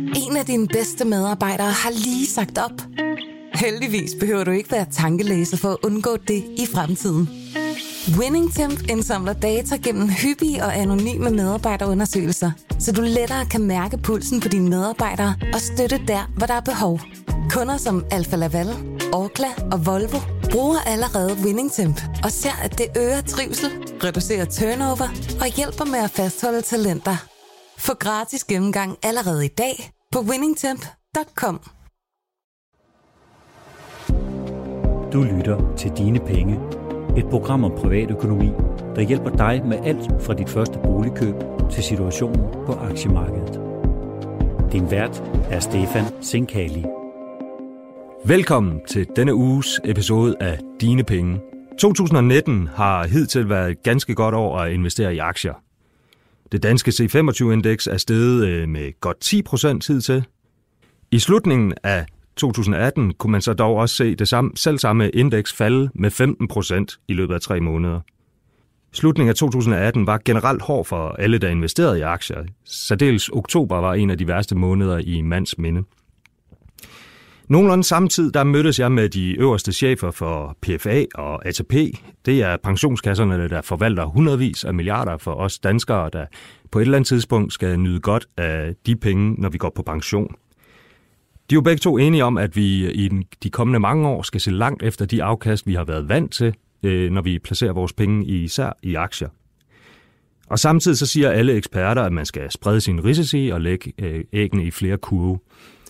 En af dine bedste medarbejdere har lige sagt op. Heldigvis behøver du ikke være tankelæser for at undgå det i fremtiden. WinningTemp indsamler data gennem hyppige og anonyme medarbejderundersøgelser, så du lettere kan mærke pulsen på dine medarbejdere og støtte der, hvor der er behov. Kunder som Alfa Laval, Orkla og Volvo bruger allerede WinningTemp og ser, at det øger trivsel, reducerer turnover og hjælper med at fastholde talenter. Få gratis gennemgang allerede i dag på winningtemp.com. Du lytter til Dine Penge, et program om privatøkonomi, der hjælper dig med alt fra dit første boligkøb til situationen på aktiemarkedet. Din vært er Stefan Sinkali. Velkommen til denne uges episode af Dine Penge. 2019 har hidtil været et ganske godt år at investere i aktier. Det danske C25-indeks er steget med godt 10% hidtil. I slutningen af 2018 kunne man så dog også se det selvsamme indeks falde med 15% i løbet af 3 måneder. Slutningen af 2018 var generelt hård for alle, der investerede i aktier. Særdeles oktober var en af de værste måneder i mands minde. Nogenlunde samtidig der mødtes jeg med de øverste chefer for PFA og ATP. Det er pensionskasserne, der forvalter hundredvis af milliarder for os danskere, der på et eller andet tidspunkt skal nyde godt af de penge, når vi går på pension. De er jo begge to enige om, at vi i de kommende mange år skal se langt efter de afkast, vi har været vant til, når vi placerer vores penge især i aktier. Og samtidig så siger alle eksperter, at man skal sprede sine risici og lægge æggene i flere kurve.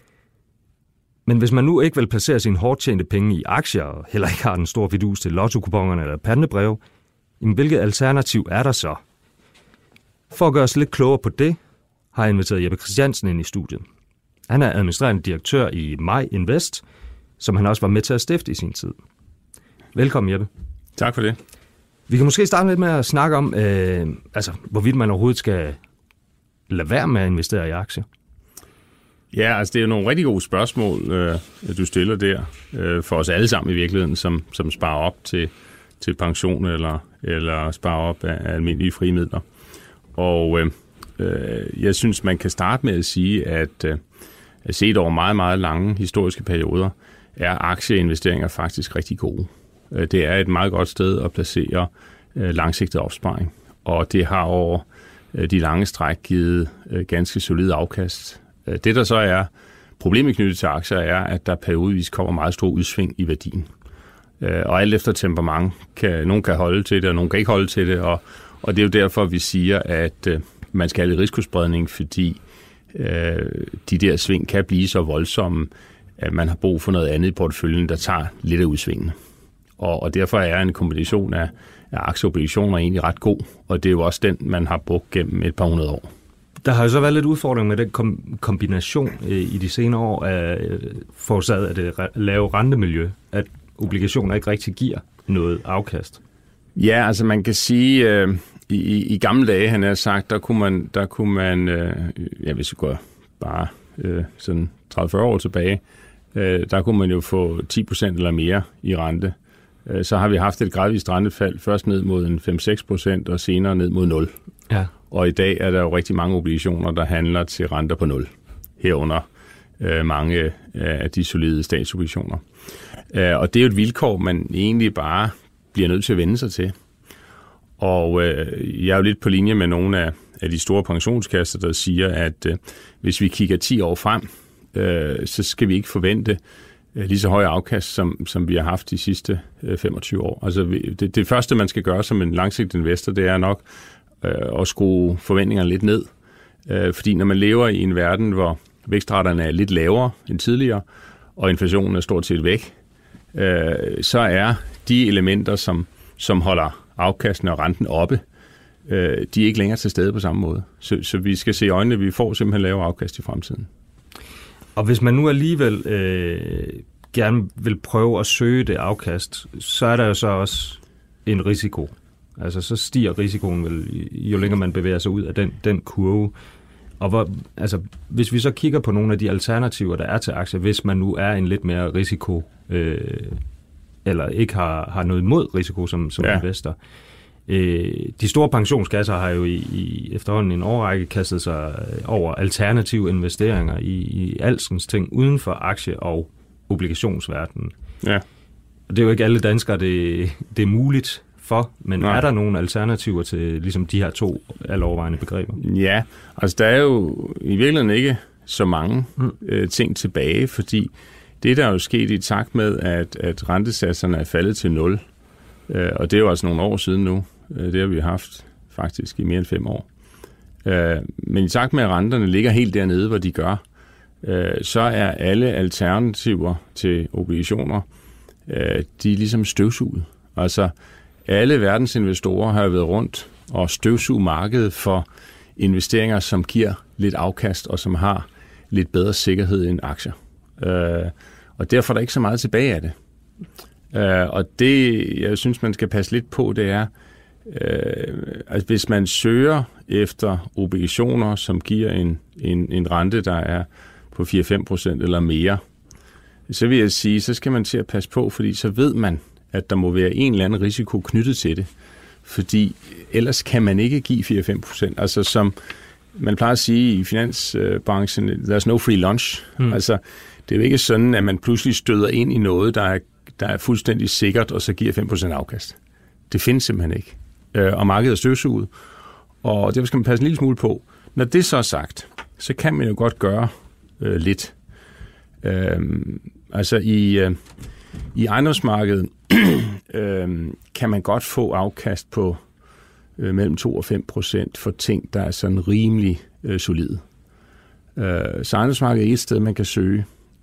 Men hvis man nu ikke vil placere sine hårdt tjente penge i aktier, og heller ikke har den store fidus til lotto-kuponerne eller pantebreve, hvilket alternativ er der så? For at gøre os lidt klogere på det, har jeg inviteret Jeppe Christiansen ind i studiet. Han er administrerende direktør i Maj Invest, som han også var med til at stifte i sin tid. Velkommen, Jeppe. Tak for det. Vi kan måske starte lidt med at snakke om, hvorvidt man overhovedet skal lade være med at investere i aktier. Ja, altså det er jo nogle rigtig gode spørgsmål, du stiller der, for os alle sammen i virkeligheden, som sparer op til pension eller sparer op af almindelige frie midler. Og jeg synes, man kan starte med at sige, at set over meget, meget lange historiske perioder, er aktieinvesteringer faktisk rigtig gode. Det er et meget godt sted at placere langsigtet opsparing, og det har over de lange stræk givet ganske solid afkast. Det, der så er problemet knyttet til aktier, er, at der periodvis kommer meget stor udsving i værdien. Og alt efter temperament, nogen kan holde til det, og nogen kan ikke holde til det, og det er jo derfor, vi siger, at man skal have lidt risikospredning, fordi de der sving kan blive så voldsomme, at man har brug for noget andet i porteføljen, der tager lidt af udsvingene. Og derfor er en kombination af aktieobligationer egentlig ret god, og det er jo også den, man har brugt gennem et par hundrede år. Der har jo så været lidt udfordring med den kombination i de senere år af forårsaget af det lave rentemiljø, at obligationer ikke rigtig giver noget afkast. Ja, altså man kan sige, i gamle dage, han har sagt, der kunne man hvis vi går bare sådan 30-40 år tilbage, der kunne man jo få 10% eller mere i rente. Så har vi haft et gradvist rentefald, først ned mod en 5-6% og senere ned mod 0. Ja. Og i dag er der jo rigtig mange obligationer, der handler til renter på 0. Herunder mange af de solide statsobligationer. Og det er jo et vilkår, man egentlig bare bliver nødt til at vende sig til. Og jeg er jo lidt på linje med nogle af de store pensionskasser, der siger, at hvis vi kigger 10 år frem, så skal vi ikke forvente lige så høje afkast, som vi har haft de sidste 25 år. Altså det første, man skal gøre som en langsigtet investor, det er nok at skrue forventningerne lidt ned. Fordi når man lever i en verden, hvor vækstraterne er lidt lavere end tidligere, og inflationen er stort set væk, så er de elementer, som holder afkasten og renten oppe, de er ikke længere til stede på samme måde. Så vi skal se i øjnene, at vi får simpelthen lavere afkast i fremtiden. Og hvis man nu alligevel gerne vil prøve at søge det afkast, så er der jo så også en risiko. Altså så stiger risikoen vel, jo længere man bevæger sig ud af den kurve. Og hvis vi så kigger på nogle af de alternativer, der er til aktier, hvis man nu er en lidt mere risiko, eller ikke har noget imod risiko som investor, De store pensionskasser har jo i efterhånden en årrække kastet sig over alternative investeringer i alskens ting uden for aktie- og obligationsverdenen. Ja. Og det er jo ikke alle danskere, det er muligt for, men Nej. Er der nogle alternativer til ligesom de her toalovervejende begreber? Ja, altså der er jo i virkeligheden ikke så mange ting tilbage, fordi det der er jo sket i takt med, at rentesatserne er faldet til 0, og det er jo altså nogle år siden nu, det har vi haft faktisk i mere end 5 år. Men i takt med, at renterne ligger helt dernede, hvor de gør, så er alle alternativer til obligationer, de er ligesom støvsuget. Altså alle verdens investorer har været rundt og støvsuget markedet for investeringer, som giver lidt afkast og som har lidt bedre sikkerhed end aktier. Og derfor er der ikke så meget tilbage af det. Og det, jeg synes, man skal passe lidt på, det er, at hvis man søger efter obligationer, som giver en rente, der er på 4-5% eller mere, så vil jeg sige, så skal man til at passe på, fordi så ved man, at der må være en eller anden risiko knyttet til det. Fordi ellers kan man ikke give 4-5%. Altså som man plejer at sige i finansbranchen, there's no free lunch. Altså det er jo ikke sådan, at man pludselig støder ind i noget, der er fuldstændig sikkert, og så giver 5% afkast. Det findes simpelthen ikke. Og markedet er støvsuget. Og derfor skal man passe en lille smule på. Når det så er sagt, så kan man jo godt gøre lidt. Altså i ejendomsmarkedet kan man godt få afkast på mellem 2 og 5% for ting, der er sådan rimelig solide. Så ejendomsmarkedet er et sted, man kan søge.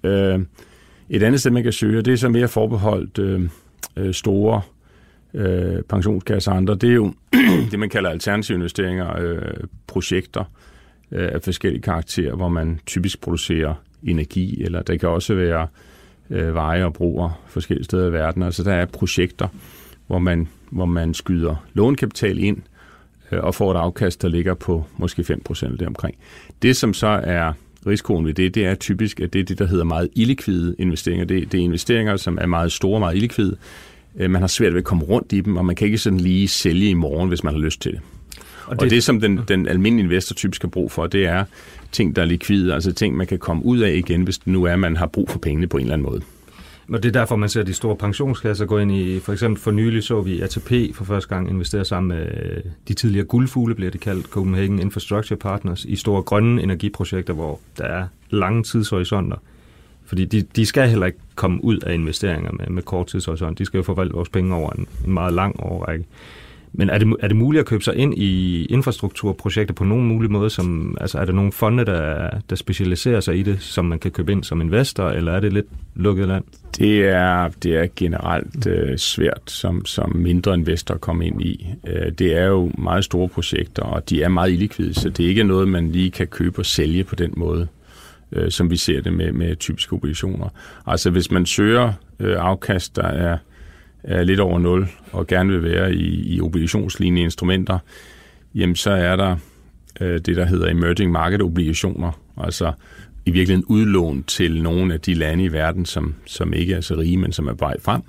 Et andet sted, man kan søge, og det er så mere forbeholdt store pensionskasser og andre. Det er jo det, man kalder alternative investeringer, projekter af forskellige karakterer, hvor man typisk producerer energi, eller der kan også være veje og broer forskellige steder i verden. Altså der er projekter, hvor man skyder lånekapital ind og får et afkast, der ligger på måske 5% deromkring. Det, som så er risikoen ved det er typisk, at det er det, der hedder meget illikvide investeringer. Det er investeringer, som er meget store, meget illikvide. Man har svært ved at komme rundt i dem, og man kan ikke sådan lige sælge i morgen, hvis man har lyst til det. Og det som den almindelige investor typisk har brug for, det er ting, der er likvide, altså ting, man kan komme ud af igen, hvis det nu er, at man har brug for pengene på en eller anden måde. Og det er derfor, man ser de store pensionskasser gå ind i, for eksempel for nylig så vi ATP for første gang investere sammen med de tidligere guldfugle, bliver det kaldt, Copenhagen Infrastructure Partners, i store grønne energiprojekter, hvor der er lange tidshorisonter. Fordi de skal heller ikke komme ud af investeringer med kort tidshorisont. De skal jo forvalte vores penge over en meget lang årrække. Men er det muligt at købe sig ind i infrastrukturprojekter på nogen mulig måde? Altså er der nogle fonde, der specialiserer sig i det, som man kan købe ind som investor, eller er det lidt lukket land? Det er generelt svært som mindre investor at komme ind i. Det er jo meget store projekter, og de er meget illikvide, så det er ikke noget, man lige kan købe og sælge på den måde, som vi ser det med typiske obligationer. Altså hvis man søger afkast, der er lidt over 0, og gerne vil være i obligationslignende instrumenter, jamen så er der det, der hedder emerging market obligationer, altså i virkeligheden udlån til nogle af de lande i verden, som ikke er så rige, men som er på vej frem.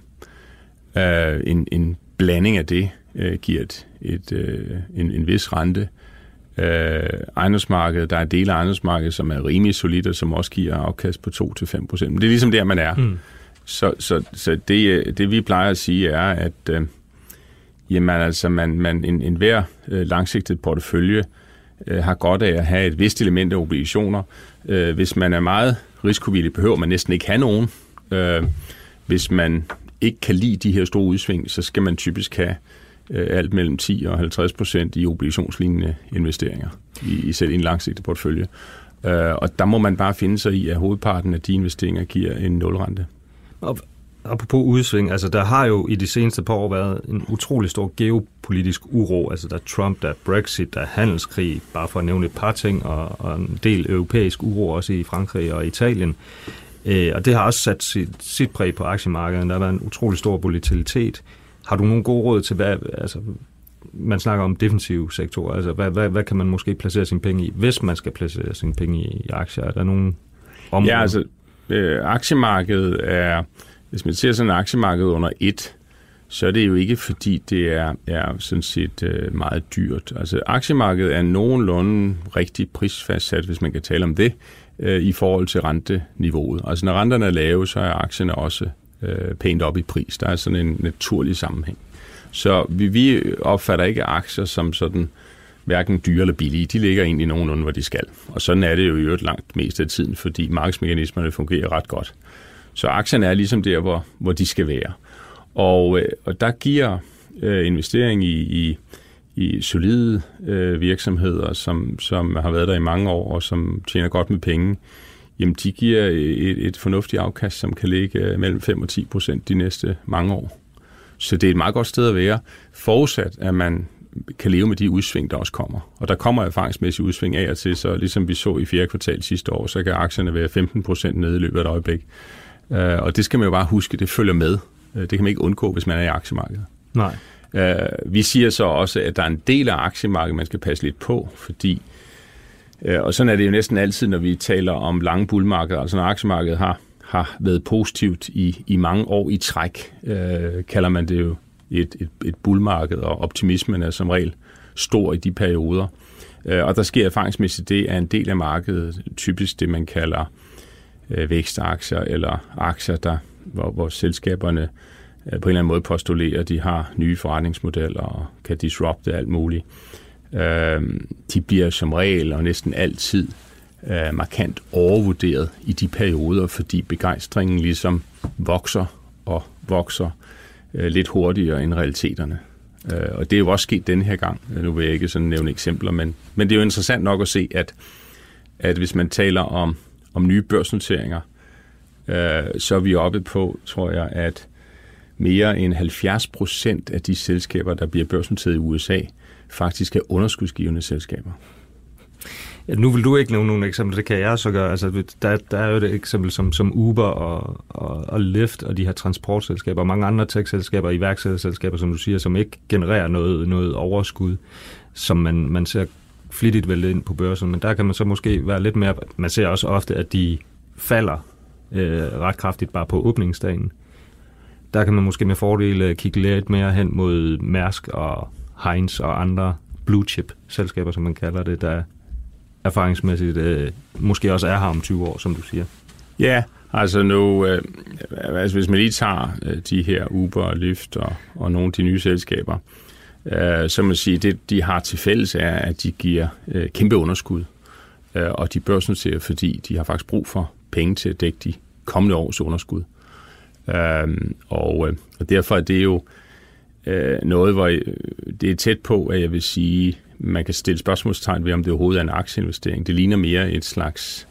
En blanding af det giver en vis rente. Ejendomsmarkedet, der er dele af ejendomsmarkedet, som er rimelig solidt, og som også giver afkast på 2-5%. Men det er ligesom der, man er. Så det vi plejer at sige er, at jamen, altså, en hver langsigtet portefølje har godt af at have et vist element af obligationer. Hvis man er meget risikovillig, behøver man næsten ikke have nogen. Hvis man ikke kan lide de her store udsving, så skal man typisk have alt mellem 10 og 50% i obligationslignende investeringer i selv en langsigtet portefølje. Og der må man bare finde sig i, at hovedparten af de investeringer giver en nulrente. Og apropos udsving, altså der har jo i de seneste par år været en utrolig stor geopolitisk uro. Altså der er Trump, der er Brexit, der er handelskrig, bare for at nævne et par ting, og en del europæisk uro også i Frankrig og Italien. Og det har også sat sit præg på aktiemarkedet. Der har været en utrolig stor volatilitet. Har du nogle gode råd til, hvad, altså man snakker om defensive sektorer, altså hvad kan man måske placere sine penge i, hvis man skal placere sine penge i aktier? Er der nogle områder? Ja, altså aktiemarkedet er, hvis man ser sådan et aktiemarked under et, så er det jo ikke, fordi det er sådan set meget dyrt. Altså aktiemarkedet er nogenlunde rigtig prisfastsat, hvis man kan tale om det, i forhold til renteniveauet. Altså når renterne er lave, så er aktierne også pænt op i pris. Der er sådan en naturlig sammenhæng. Så vi opfatter ikke aktier som sådan hverken dyre eller billige. De ligger egentlig nogenlunde, hvor de skal. Og sådan er det jo i øvrigt langt mest af tiden, fordi markedsmekanismerne fungerer ret godt. Så aktierne er ligesom der, hvor de skal være. Og der giver investering i solide virksomheder, som har været der i mange år, og som tjener godt med penge, jamen de giver et fornuftigt afkast, som kan ligge mellem 5 og 10% de næste mange år. Så det er et meget godt sted at være, forudsat at man kan leve med de udsving, der også kommer. Og der kommer erfaringsmæssige udsving af og til, så ligesom vi så i 4. kvartal sidste år, så kan aktierne være 15% nede i løbet af et øjeblik. Og det skal man jo bare huske, det følger med. Det kan man ikke undgå, hvis man er i aktiemarkedet. Nej. Vi siger så også, at der er en del af aktiemarkedet, man skal passe lidt på, fordi, og sådan er det jo næsten altid, når vi taler om lange bullmarkeder, altså når aktiemarkedet har været positivt i mange år i træk, kalder man det jo et bullmarked, og optimismen er som regel stor i de perioder. Og der sker erfaringsmæssigt det, at en del af markedet, typisk det man kalder vækstaktier, eller aktier, hvor selskaberne på en eller anden måde postulerer, at de har nye forretningsmodeller og kan disrupte alt muligt. De bliver som regel og næsten altid markant overvurderet i de perioder, fordi begejstringen ligesom vokser lidt hurtigere end realiteterne. Og det er jo også sket denne her gang. Nu vil jeg ikke sådan nævne eksempler, men det er jo interessant nok at se, at hvis man taler om nye børsnoteringer, så er vi oppe på, tror jeg, at mere end 70% af de selskaber, der bliver børsnoteret i USA, faktisk er underskudsgivende selskaber. Ja, nu vil du ikke nævne nogle eksempler, det kan jeg så gøre. Altså, der er jo et eksempel som Uber og Lyft og de her transportselskaber og mange andre tech-selskaber, iværksætterselskaber, som du siger, som ikke genererer noget overskud, som man ser flittigt væltet ind på børsen. Men der kan man så måske være lidt mere. Man ser også ofte, at de falder ret kraftigt bare på åbningsdagen. Der kan man måske med fordel kigge lidt mere hen mod Mærsk og Heinz og andre blue chip selskaber, som man kalder det, der erfaringsmæssigt måske også er her om 20 år, som du siger. Ja, altså nu, hvis man lige tager de her Uber og Lyft og nogle af de nye selskaber, så må man sige, det de har til fælles er, at de giver kæmpe underskud, og de børsnoterer, fordi de har faktisk brug for penge til at dække de kommende års underskud. Og derfor er det jo noget, hvor det er tæt på, at jeg vil sige, man kan stille spørgsmålstegn ved, om det overhovedet er en aktieinvestering. Det ligner mere et slags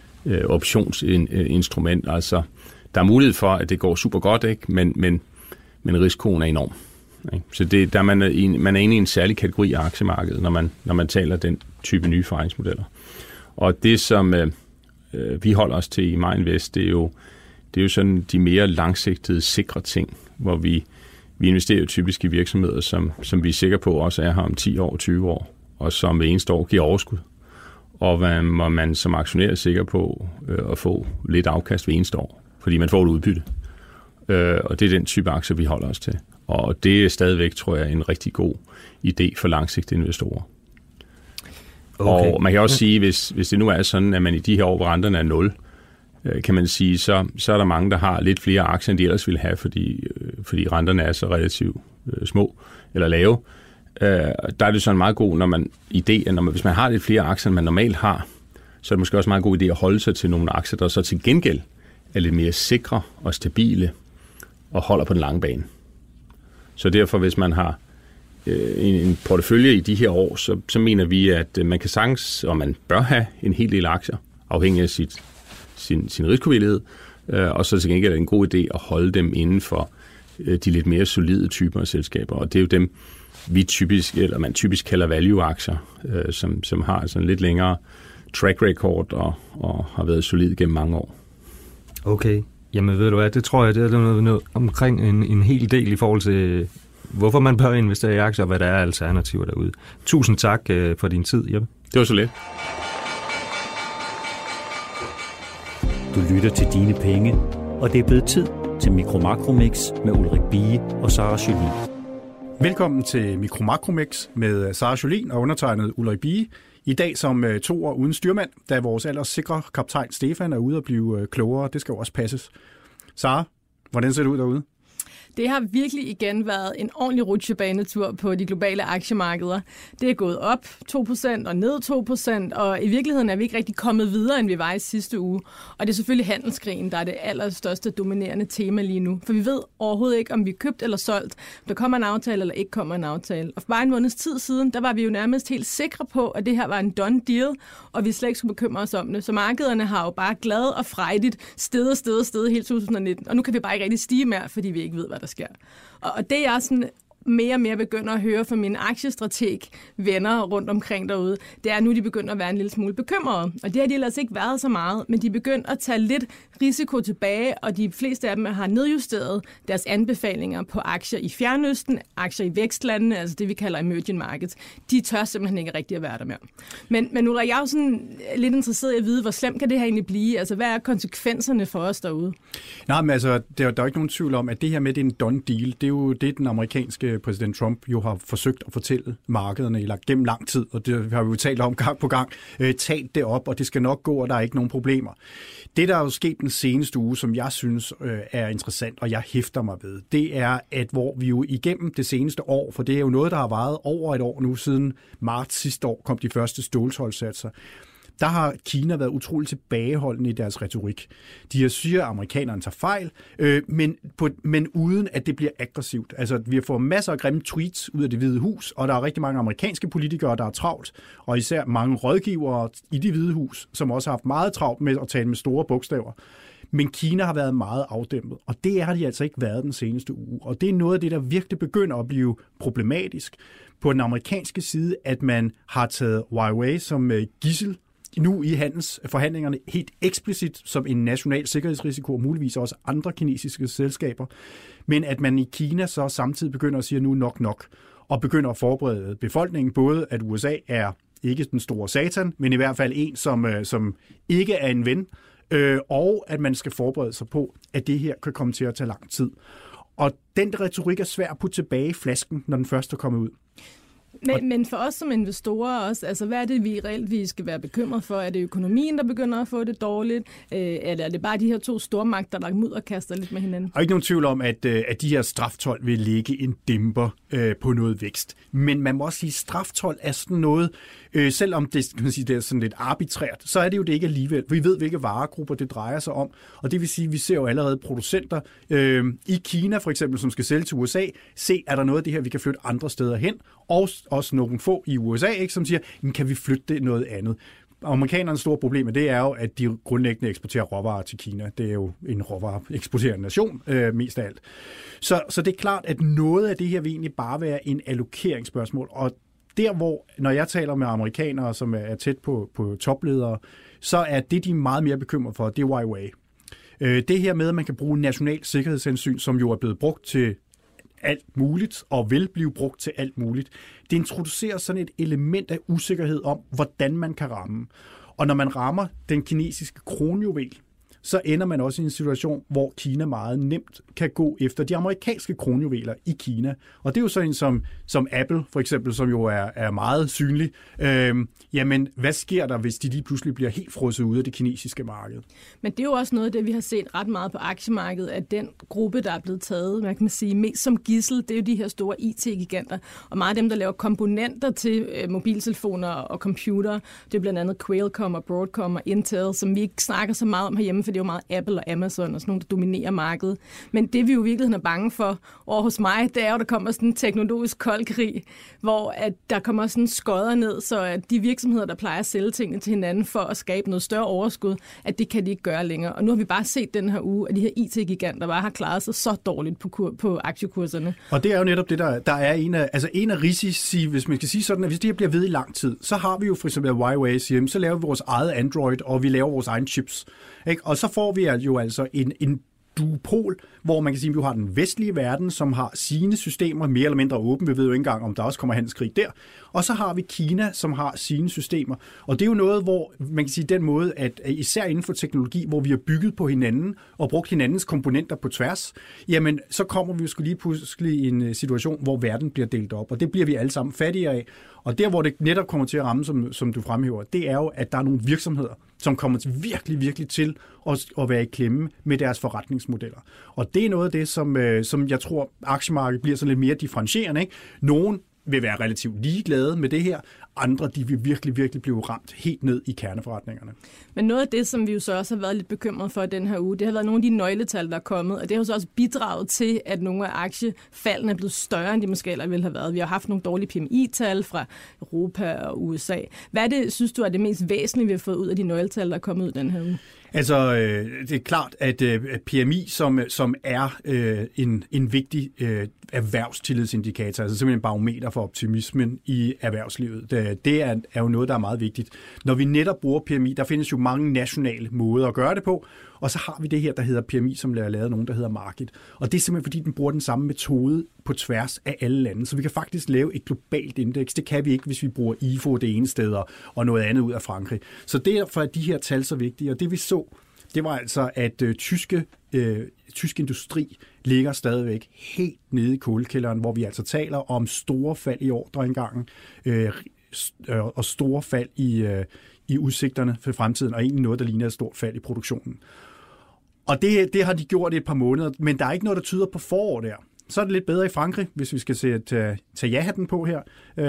optionsinstrument. Altså, der er mulighed for, at det går super godt, ikke? Men risikoen er enorm. Ikke? Så man er inde i en særlig kategori af aktiemarkedet, når man taler den type nye forretningsmodeller. Og det, som vi holder os til i MyInvest, det er jo sådan de mere langsigtede, sikre ting, hvor vi investerer jo typisk i virksomheder, som vi er sikre på også er her om 10 år, 20 år, og som hver eneste år giver overskud. Og hvor man som aktionær er sikker på at få lidt afkast hver eneste år, fordi man får et udbytte. Og det er den type aktier, vi holder os til. Og det er stadigvæk, tror jeg, en rigtig god idé for langsigtede investorer. Okay. Og man kan også sige, hvis det nu er sådan, at man i de her år, hvor renterne er 0, kan man sige, så er der mange, der har lidt flere aktier, end de ellers ville have, fordi renterne er så relativt små eller lave. Der er det sådan en meget god idé, at hvis man har lidt flere aktier, end man normalt har, så er det måske også en meget god idé at holde sig til nogle aktier, der så til gengæld er lidt mere sikre og stabile og holder på den lange bane. Så derfor, hvis man har en portefølje i de her år, så mener vi, at man kan sagtens, og man bør have en hel del aktier, afhængig af sin risikovillighed, og så til gengæld er det en god idé at holde dem inden for de lidt mere solide typer af selskaber, og det er jo dem, man typisk kalder value-aktier, som har sådan lidt længere track record og har været solid gennem mange år. Okay, jamen ved du hvad, det tror jeg, det er noget omkring en hel del i forhold til, hvorfor man bør investere i aktier, og hvad der er alternativer derude. Tusind tak for din tid, Jeppe. Det var så lidt. Du lytter til Dine Penge, og det er blevet tid til Mikro-Makro-Mix med Ulrik Bie og Sara Jolin. Velkommen til Mikro-Makro-Mix med Sara Jolin og undertegnet Ulrik Bie. I dag som toer uden styrmand, da vores ellers sikre kaptajn Stefan er ude at blive klogere. Det skal jo også passes. Sara, hvordan ser det ud derude? Det har virkelig igen været en ordentlig rutsjebanetur på de globale aktiemarkeder. Det er gået op 2% og ned 2%, og i virkeligheden er vi ikke rigtig kommet videre, end vi var i sidste uge. Og det er selvfølgelig handelskrigen, der er det allerstørste dominerende tema lige nu. For vi ved overhovedet ikke, om vi er købt eller solgt, om der kommer en aftale eller ikke kommer en aftale. Og for bare en måneds tid siden, der var vi jo nærmest helt sikre på, at det her var en done deal, og vi slet ikke skulle bekymre os om det. Så markederne har jo bare glad og frejdigt steget hele 2019, og nu kan vi bare ikke rigtig stige mere, fordi vi ikke ved, hvad der sker. Og det er sådan mere og mere begynder at høre fra mine aktiestrateg-venner rundt omkring derude, det er nu, de begynder at være en lille smule bekymrede. Og det har de ellers ikke været så meget, men de begynder at tage lidt risiko tilbage, og de fleste af dem har nedjusteret deres anbefalinger på aktier i Fjernøsten, aktier i vækstlandene, altså det, vi kalder emerging markets. De tør simpelthen ikke rigtig at være der mere. Men nu er jeg jo sådan lidt interesseret i at vide, hvor slemt kan det her egentlig blive? Altså, hvad er konsekvenserne for os derude? Nej, men altså, der er ikke nogen tvivl om, at det her med, det er en done deal. Det er jo det, den amerikanske præsident Trump jo har forsøgt at fortælle markederne gennem lang tid, og det har vi jo talt om gang på gang, talt det op, og det skal nok gå, og der er ikke nogen problemer. Det, der er jo sket den seneste uge, som jeg synes er interessant, og jeg hæfter mig ved, det er, at hvor vi jo igennem det seneste år, for det er jo noget, der har varet over et år nu, siden marts sidste år kom de første ståltoldssatser, der har Kina været utroligt tilbageholdende i deres retorik. De siger, at amerikanerne tager fejl, men uden at det bliver aggressivt. Altså, vi har fået masser af grimme tweets ud af Det Hvide Hus, og der er rigtig mange amerikanske politikere, der er travlt, og især mange rådgivere i Det Hvide Hus, som også har haft meget travlt med at tale med store bogstaver. Men Kina har været meget afdæmpet, og det har de altså ikke været den seneste uge. Og det er noget af det, der virkelig begynder at blive problematisk på den amerikanske side, at man har taget Huawei som gidsel, nu i handelsforhandlingerne helt eksplicit som en national sikkerhedsrisiko, og muligvis også andre kinesiske selskaber, men at man i Kina så samtidig begynder at sige nu nok, og begynder at forberede befolkningen, både at USA er ikke den store satan, men i hvert fald en, som ikke er en ven, og at man skal forberede sig på, at det her kan komme til at tage lang tid. Og den retorik er svær at putte tilbage i flasken, når den først er kommet ud. Men for os som investorer også, altså hvad er det, vi skal være bekymret for? Er det økonomien, der begynder at få det dårligt? Eller er det bare de her to stormagter, der mudderkaster lidt med hinanden? Der er ikke nogen tvivl om, at de her straftold vil lægge en dæmper på noget vækst. Men man må også sige, at straftold er sådan noget, selvom det, kan man sige, det er sådan lidt arbitrært, så er det jo det ikke alligevel. Vi ved, hvilke varegrupper det drejer sig om. Og det vil sige, at vi ser jo allerede producenter i Kina for eksempel, som skal sælge til USA, se, er der noget af det her, vi kan flytte andre steder hen, og også nogle få i USA, ikke, som siger, kan vi flytte det noget andet? Amerikanernes store problem, det er jo, at de grundlæggende eksporterer råvarer til Kina. Det er jo en råvareeksporterende nation, mest af alt. Så det er klart, at noget af det her vil egentlig bare være en allokeringsspørgsmål. Og der, hvor, når jeg taler med amerikanere, som er tæt på topledere, så er det, de er meget mere bekymret for, det er Huawei. Det her med, at man kan bruge national sikkerhedshensyn, som jo er blevet brugt til alt muligt, og vil blive brugt til alt muligt. Det introducerer sådan et element af usikkerhed om, hvordan man kan ramme. Og når man rammer den kinesiske kronjuvel, så ender man også i en situation, hvor Kina meget nemt kan gå efter de amerikanske kronjuveler i Kina. Og det er jo sådan som Apple, for eksempel, som jo er meget synlig. Jamen, hvad sker der, hvis de lige pludselig bliver helt frosset ud af det kinesiske marked? Men det er jo også noget af det, vi har set ret meget på aktiemarkedet, at den gruppe, der er blevet taget, man kan sige, mest som gidsel, det er jo de her store IT-giganter. Og meget af dem, der laver komponenter til mobiltelefoner og computere, det er blandt andet Qualcomm og Broadcom og Intel, som vi ikke snakker så meget om herhjemme, for det er jo meget Apple og Amazon og sådan nogle, der dominerer markedet. Men det vi jo i virkeligheden er bange for over hos mig, det er jo, der kommer sådan en teknologisk kold krig, hvor at der kommer sådan skodder ned, så at de virksomheder, der plejer at sælge tingene til hinanden for at skabe noget større overskud, at det kan de ikke gøre længere. Og nu har vi bare set den her uge, at de her IT-giganter bare har klaret sig så dårligt på aktiekurserne. Og det er jo netop det, der er en af risici, hvis man skal sige sådan, at hvis det her bliver ved i lang tid, så har vi jo for eksempel Huawei, siger, så laver vi vores eget Android, og vi laver vores egen chips. Ikke? Og så får vi jo altså en duopol, hvor man kan sige, at vi har den vestlige verden, som har sine systemer mere eller mindre åbne. Vi ved jo ikke engang, om der også kommer handelskrig der. Og så har vi Kina, som har sine systemer. Og det er jo noget, hvor man kan sige den måde, at især inden for teknologi, hvor vi har bygget på hinanden og brugt hinandens komponenter på tværs, jamen så kommer vi jo sgu lige pludselig i en situation, hvor verden bliver delt op. Og det bliver vi alle sammen fattigere af. Og der, hvor det netop kommer til at ramme, som du fremhæver, det er jo, at der er nogle virksomheder, som kommer til virkelig til at være i klemme med deres forretningsmodeller. Og det er noget af det, som jeg tror, aktiemarkedet bliver sådan lidt mere differentierende. Ikke? Nogen vil være relativt ligeglade med det her. Andre, de vil virkelig blive ramt helt ned i kerneforretningerne. Men noget af det, som vi jo så også har været lidt bekymret for den her uge, det har været nogle af de nøgletal, der er kommet, og det har jo så også bidraget til, at nogle af aktiefaldene er blevet større, end de måske ellers ville have været. Vi har haft nogle dårlige PMI-tal fra Europa og USA. Hvad er det, synes du, er det mest væsentlige, vi har fået ud af de nøgletal, der er kommet ud den her uge? Altså, det er klart, at PMI, som er en vigtig erhvervstillidsindikator, altså simpelthen en barometer for optimismen i erhvervslivet, det er jo noget, der er meget vigtigt. Når vi netop bruger PMI, der findes jo mange nationale måder at gøre det på, og så har vi det her, der hedder PMI, som er lavet nogen, der hedder Market. Og det er simpelthen, fordi den bruger den samme metode på tværs af alle lande. Så vi kan faktisk lave et globalt indeks. Det kan vi ikke, hvis vi bruger IFO det ene sted og noget andet ud af Frankrig. Så derfor er de her tal så vigtige. Og det vi så, det var altså, at tysk industri ligger stadigvæk helt nede i kuldekælderen, hvor vi altså taler om store fald i ordreindgangen og store fald i udsigterne for fremtiden, og egentlig noget, der ligner et stort fald i produktionen. Og det har de gjort i et par måneder, men der er ikke noget, der tyder på forår der. Så er det lidt bedre i Frankrig, hvis vi skal tage ja-hatten på her.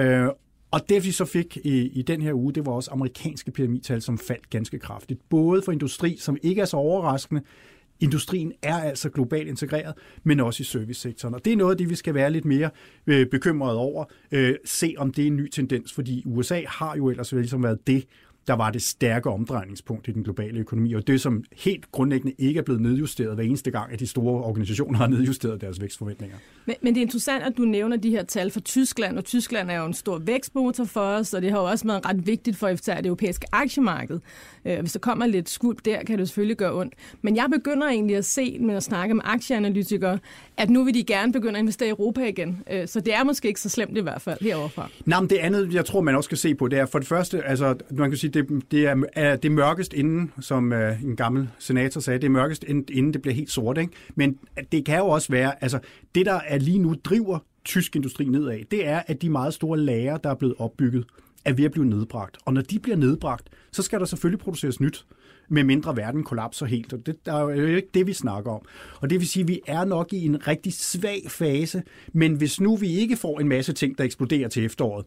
Og det vi så fik i den her uge, det var også amerikanske PMI-tal, som faldt ganske kraftigt. Både for industri, som ikke er så overraskende. Industrien er altså globalt integreret, men også i servicesektoren. Og det er noget af det, vi skal være lidt mere bekymrede over. Se om det er en ny tendens, fordi USA har jo ellers ligesom været det, der var det stærke omdrejningspunkt i den globale økonomi, og det, som helt grundlæggende ikke er blevet nedjusteret hver eneste gang, at de store organisationer har nedjusteret deres vækstforventninger. Men det er interessant, at du nævner de her tal for Tyskland, og Tyskland er jo en stor vækstmotor for os, og det har jo også været ret vigtigt for især det europæiske aktiemarked. Hvis der kommer lidt skvulp der, kan det selvfølgelig gøre ondt. Men jeg begynder egentlig at se, med at snakke med aktieanalytikere, at nu vil de gerne begynde at investere i Europa igen. Så det er måske ikke så slemt i hvert fald heroverfra. Nej, men det andet, jeg tror, man også skal se på, det er for det første, altså man kan sige, det er mørkest inden, som en gammel senator sagde, det er mørkest inden det bliver helt sort, ikke? Men det kan jo også være, altså det der er lige nu driver tysk industri nedad, det er, at de meget store lagre, der er blevet opbygget, er ved at blive nedbragt. Og når de bliver nedbragt, så skal der selvfølgelig produceres nyt, med mindre verden kollapser helt. Og det er jo ikke det, vi snakker om. Og det vil sige, at vi er nok i en rigtig svag fase, men hvis nu vi ikke får en masse ting, der eksploderer til efteråret,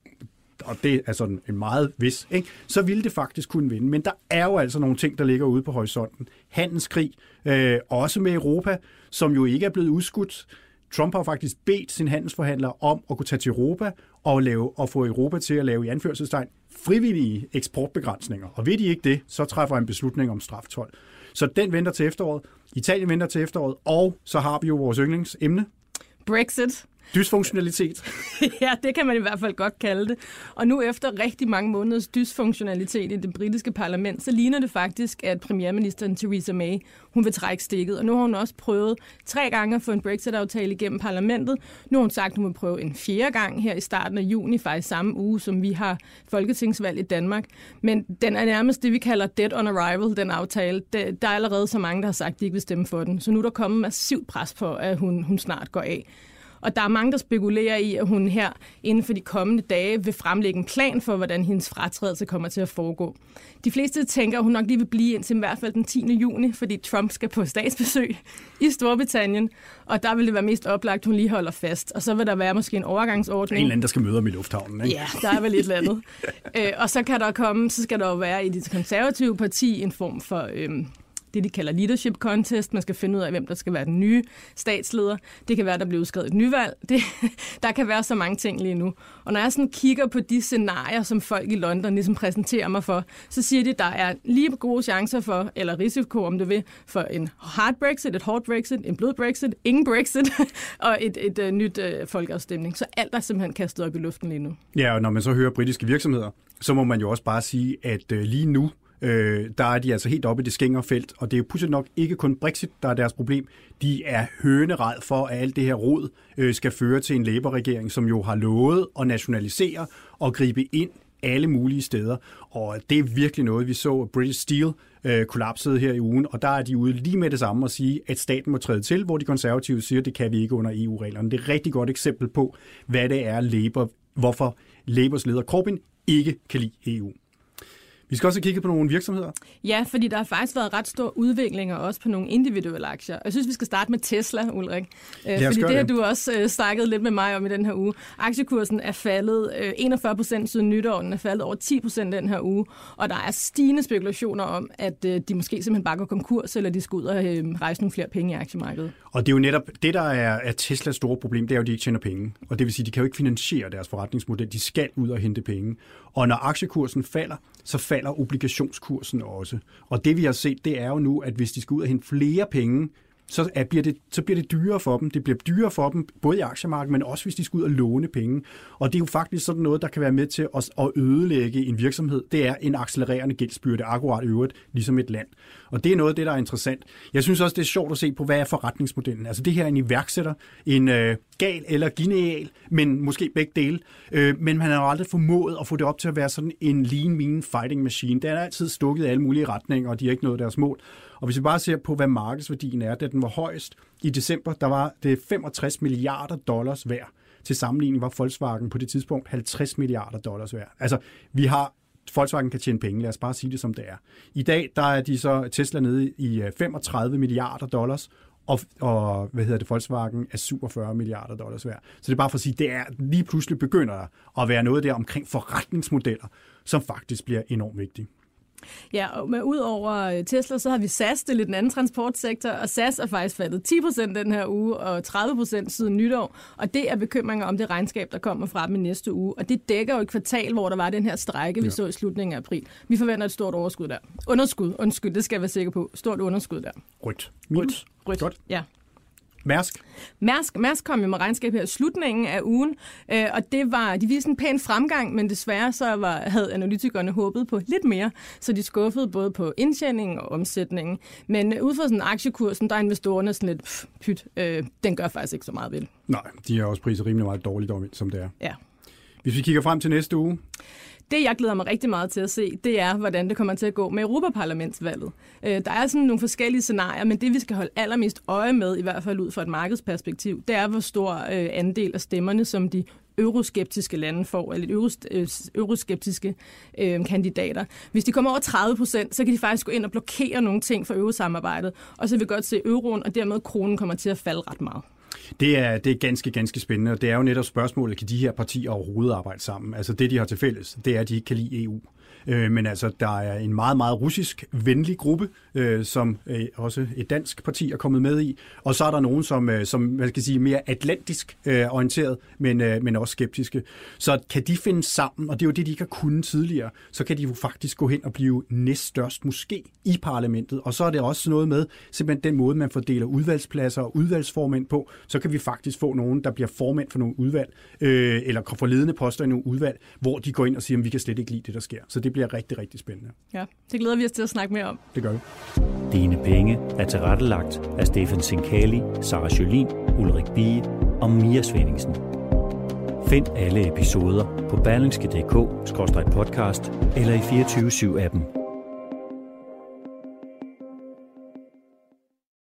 og det er sådan en meget vis, ikke? Så ville det faktisk kunne vinde. Men der er jo altså nogle ting, der ligger ude på horisonten. Handelskrig, også med Europa, som jo ikke er blevet udskudt. Trump har faktisk bedt sin handelsforhandlere om at kunne tage til Europa og få Europa til at lave i anførselstegn frivillige eksportbegrænsninger. Og ved de ikke det, så træffer en beslutning om straftold. Så den venter til efteråret. Italien venter til efteråret. Og så har vi jo vores yndlingsemne. Brexit. Dysfunktionalitet. Ja, det kan man i hvert fald godt kalde det. Og nu efter rigtig mange måneders dysfunktionalitet i det britiske parlament, så ligner det faktisk, at premierministeren Theresa May, hun vil trække stikket. Og nu har hun også prøvet 3 gange at få en Brexit-aftale igennem parlamentet. Nu har hun sagt, at hun vil prøve en 4. gang her i starten af juni, faktisk samme uge, som vi har folketingsvalg i Danmark. Men den er nærmest det, vi kalder dead on arrival, den aftale. Der er allerede så mange, der har sagt, at de ikke vil stemme for den. Så nu er der kommet massivt pres på, at hun snart går af. Og der er mange, der spekulerer i, at hun her inden for de kommende dage vil fremlægge en plan for, hvordan hendes fratrædelse kommer til at foregå. De fleste tænker, at hun nok lige vil blive indtil i hvert fald den 10. juni, fordi Trump skal på statsbesøg i Storbritannien, og der vil det være mest oplagt, at hun lige holder fast. Og så vil der være måske en overgangsordning. En eller anden, der skal møde ham i lufthavnen, ikke? Ja, der er vel et eller andet. Og så kan der komme, så skal der jo være i det konservative parti en form for det, de kalder leadership contest. Man skal finde ud af, hvem der skal være den nye statsleder. Det kan være, der bliver udskrevet et nyvalg. Der kan være så mange ting lige nu. Og når jeg sådan kigger på de scenarier, som folk i London ligesom præsenterer mig for, så siger de, at der er lige gode chancer for, eller risiko, om du vil, for en hard Brexit, et hårdt Brexit, en blød Brexit, ingen Brexit, og et nyt folkeafstemning. Så alt er simpelthen kastet op i luften lige nu. Ja, og når man så hører britiske virksomheder, så må man jo også bare sige, at lige nu der er de altså helt oppe i det skængerfelt, og det er jo pludselig nok ikke kun Brexit, der er deres problem. De er hønerad for, at alt det her råd skal føre til en Labour-regering, som jo har lovet at nationalisere og gribe ind alle mulige steder. Og det er virkelig noget, vi så British Steel kollapsede her i ugen, og der er de ude lige med det samme at sige, at staten må træde til, hvor de konservative siger, at det kan vi ikke under EU-reglerne. Det er et rigtig godt eksempel på, hvad det er hvorfor Labours leder Corbyn ikke kan lide EU. Vi skal også kigge på nogle virksomheder. Ja, fordi der har faktisk været ret store udviklinger også på nogle individuelle aktier. Jeg synes, vi skal starte med Tesla, Ulrik. Fordi det har du også snakket lidt med mig om i den her uge. Aktiekursen er faldet 41% siden nytår. Den er faldet over 10% den her uge. Og der er stigende spekulationer om, at de måske simpelthen bare går konkurs, eller de skal ud og rejse nogle flere penge i aktiemarkedet. Og det er jo netop det, der er Teslas store problem, det er jo, at de ikke tjener penge. Og det vil sige, at de kan jo ikke finansiere deres forretningsmodel. De skal ud og hente penge. Og når aktiekursen falder, så falder obligationskursen også. Og det vi har set, det er jo nu, at hvis de skal ud og hente flere penge, så bliver det dyrere for dem. Det bliver dyrere for dem, både i aktiemarkedet, men også hvis de skal ud og låne penge. Og det er jo faktisk sådan noget, der kan være med til at ødelægge en virksomhed. Det er en accelererende gældsbyrde, akkurat øvrigt, ligesom et land. Og det er noget af det, der er interessant. Jeg synes også, det er sjovt at se på, hvad er forretningsmodellen. Altså det her er en iværksætter, en gal eller genial, men måske begge dele. Men man har jo aldrig formået at få det op til at være sådan en lean, mean fighting machine. Den er altid stukket i alle mulige retninger, og de har ikke nået deres mål. Og hvis vi bare ser på, hvad markedsværdien er, da den var højest i december, der var det 65 milliarder dollars værd. Til sammenligning var Volkswagen på det tidspunkt 50 milliarder dollars værd. Altså, Volkswagen kan tjene penge, lad os bare sige det som det er. I dag, der er de så Tesla nede i 35 milliarder dollars, og Volkswagen er 47 milliarder dollars værd. Så det er bare for at sige, det er lige pludselig begynder at være noget der omkring forretningsmodeller, som faktisk bliver enormt vigtige. Ja, og ud over Tesla, så har vi SAS, det er lidt en anden transportsektor, og SAS er faktisk faldet 10% den her uge, og 30% siden nytår, og det er bekymringer om det regnskab, der kommer fra dem i næste uge, og det dækker jo et kvartal, hvor der var den her strejke, vi så i slutningen af april. Vi forventer et stort overskud der. Undskyld, det skal jeg være sikker på. Stort underskud der. Rødt. Godt. Ja. Mærsk kom jo med regnskab her i slutningen af ugen, og de viste en pæn fremgang, men desværre så havde analytikerne håbet på lidt mere, så de skuffede både på indtjeningen og omsætningen. Men ud fra sådan aktiekursen, der er investorerne sådan lidt pyt, den gør faktisk ikke så meget vel. Nej, de har også priset rimelig meget dårligt om, som det er. Ja. Hvis vi kigger frem til næste uge. Det, jeg glæder mig rigtig meget til at se, det er, hvordan det kommer til at gå med Europaparlamentsvalget. Der er sådan nogle forskellige scenarier, men det, vi skal holde allermest øje med, i hvert fald ud fra et markedsperspektiv, det er, hvor stor andel af stemmerne, som de euroskeptiske lande får, eller euroskeptiske kandidater. Hvis de kommer over 30%, så kan de faktisk gå ind og blokere nogle ting for eurosamarbejdet, og så vil vi godt se euroen, og dermed kronen kommer til at falde ret meget. Det er ganske, ganske spændende, og det er jo netop spørgsmålet, kan de her partier overhovedet arbejde sammen? Altså det, de har til fælles, det er, at de ikke kan lide EU. Men altså, der er en meget, meget russisk venlig gruppe, som også et dansk parti er kommet med i. Og så er der nogen, som man skal sige, mere atlantisk orienteret, men også skeptiske. Så kan de finde sammen, og det er jo det, de ikke har kunnet tidligere, så kan de jo faktisk gå hen og blive næststørst måske i parlamentet. Og så er det også noget med simpelthen den måde, man fordeler udvalgspladser og udvalgsformænd på. Så kan vi faktisk få nogen, der bliver formænd for nogle udvalg, eller får ledende poster i nogle udvalg, hvor de går ind og siger, at vi kan slet ikke lide det, der sker. Så det bliver rigtig, rigtig spændende. Ja, det glæder vi os til at snakke mere om. Det gør vi. Dine penge er tilrettelagt af Stefan Sinkali, Sara Jolin, Ulrik Bie og Mia Svenningsen. Find alle episoder på berlingske.dk/podcast eller i 24/7-appen.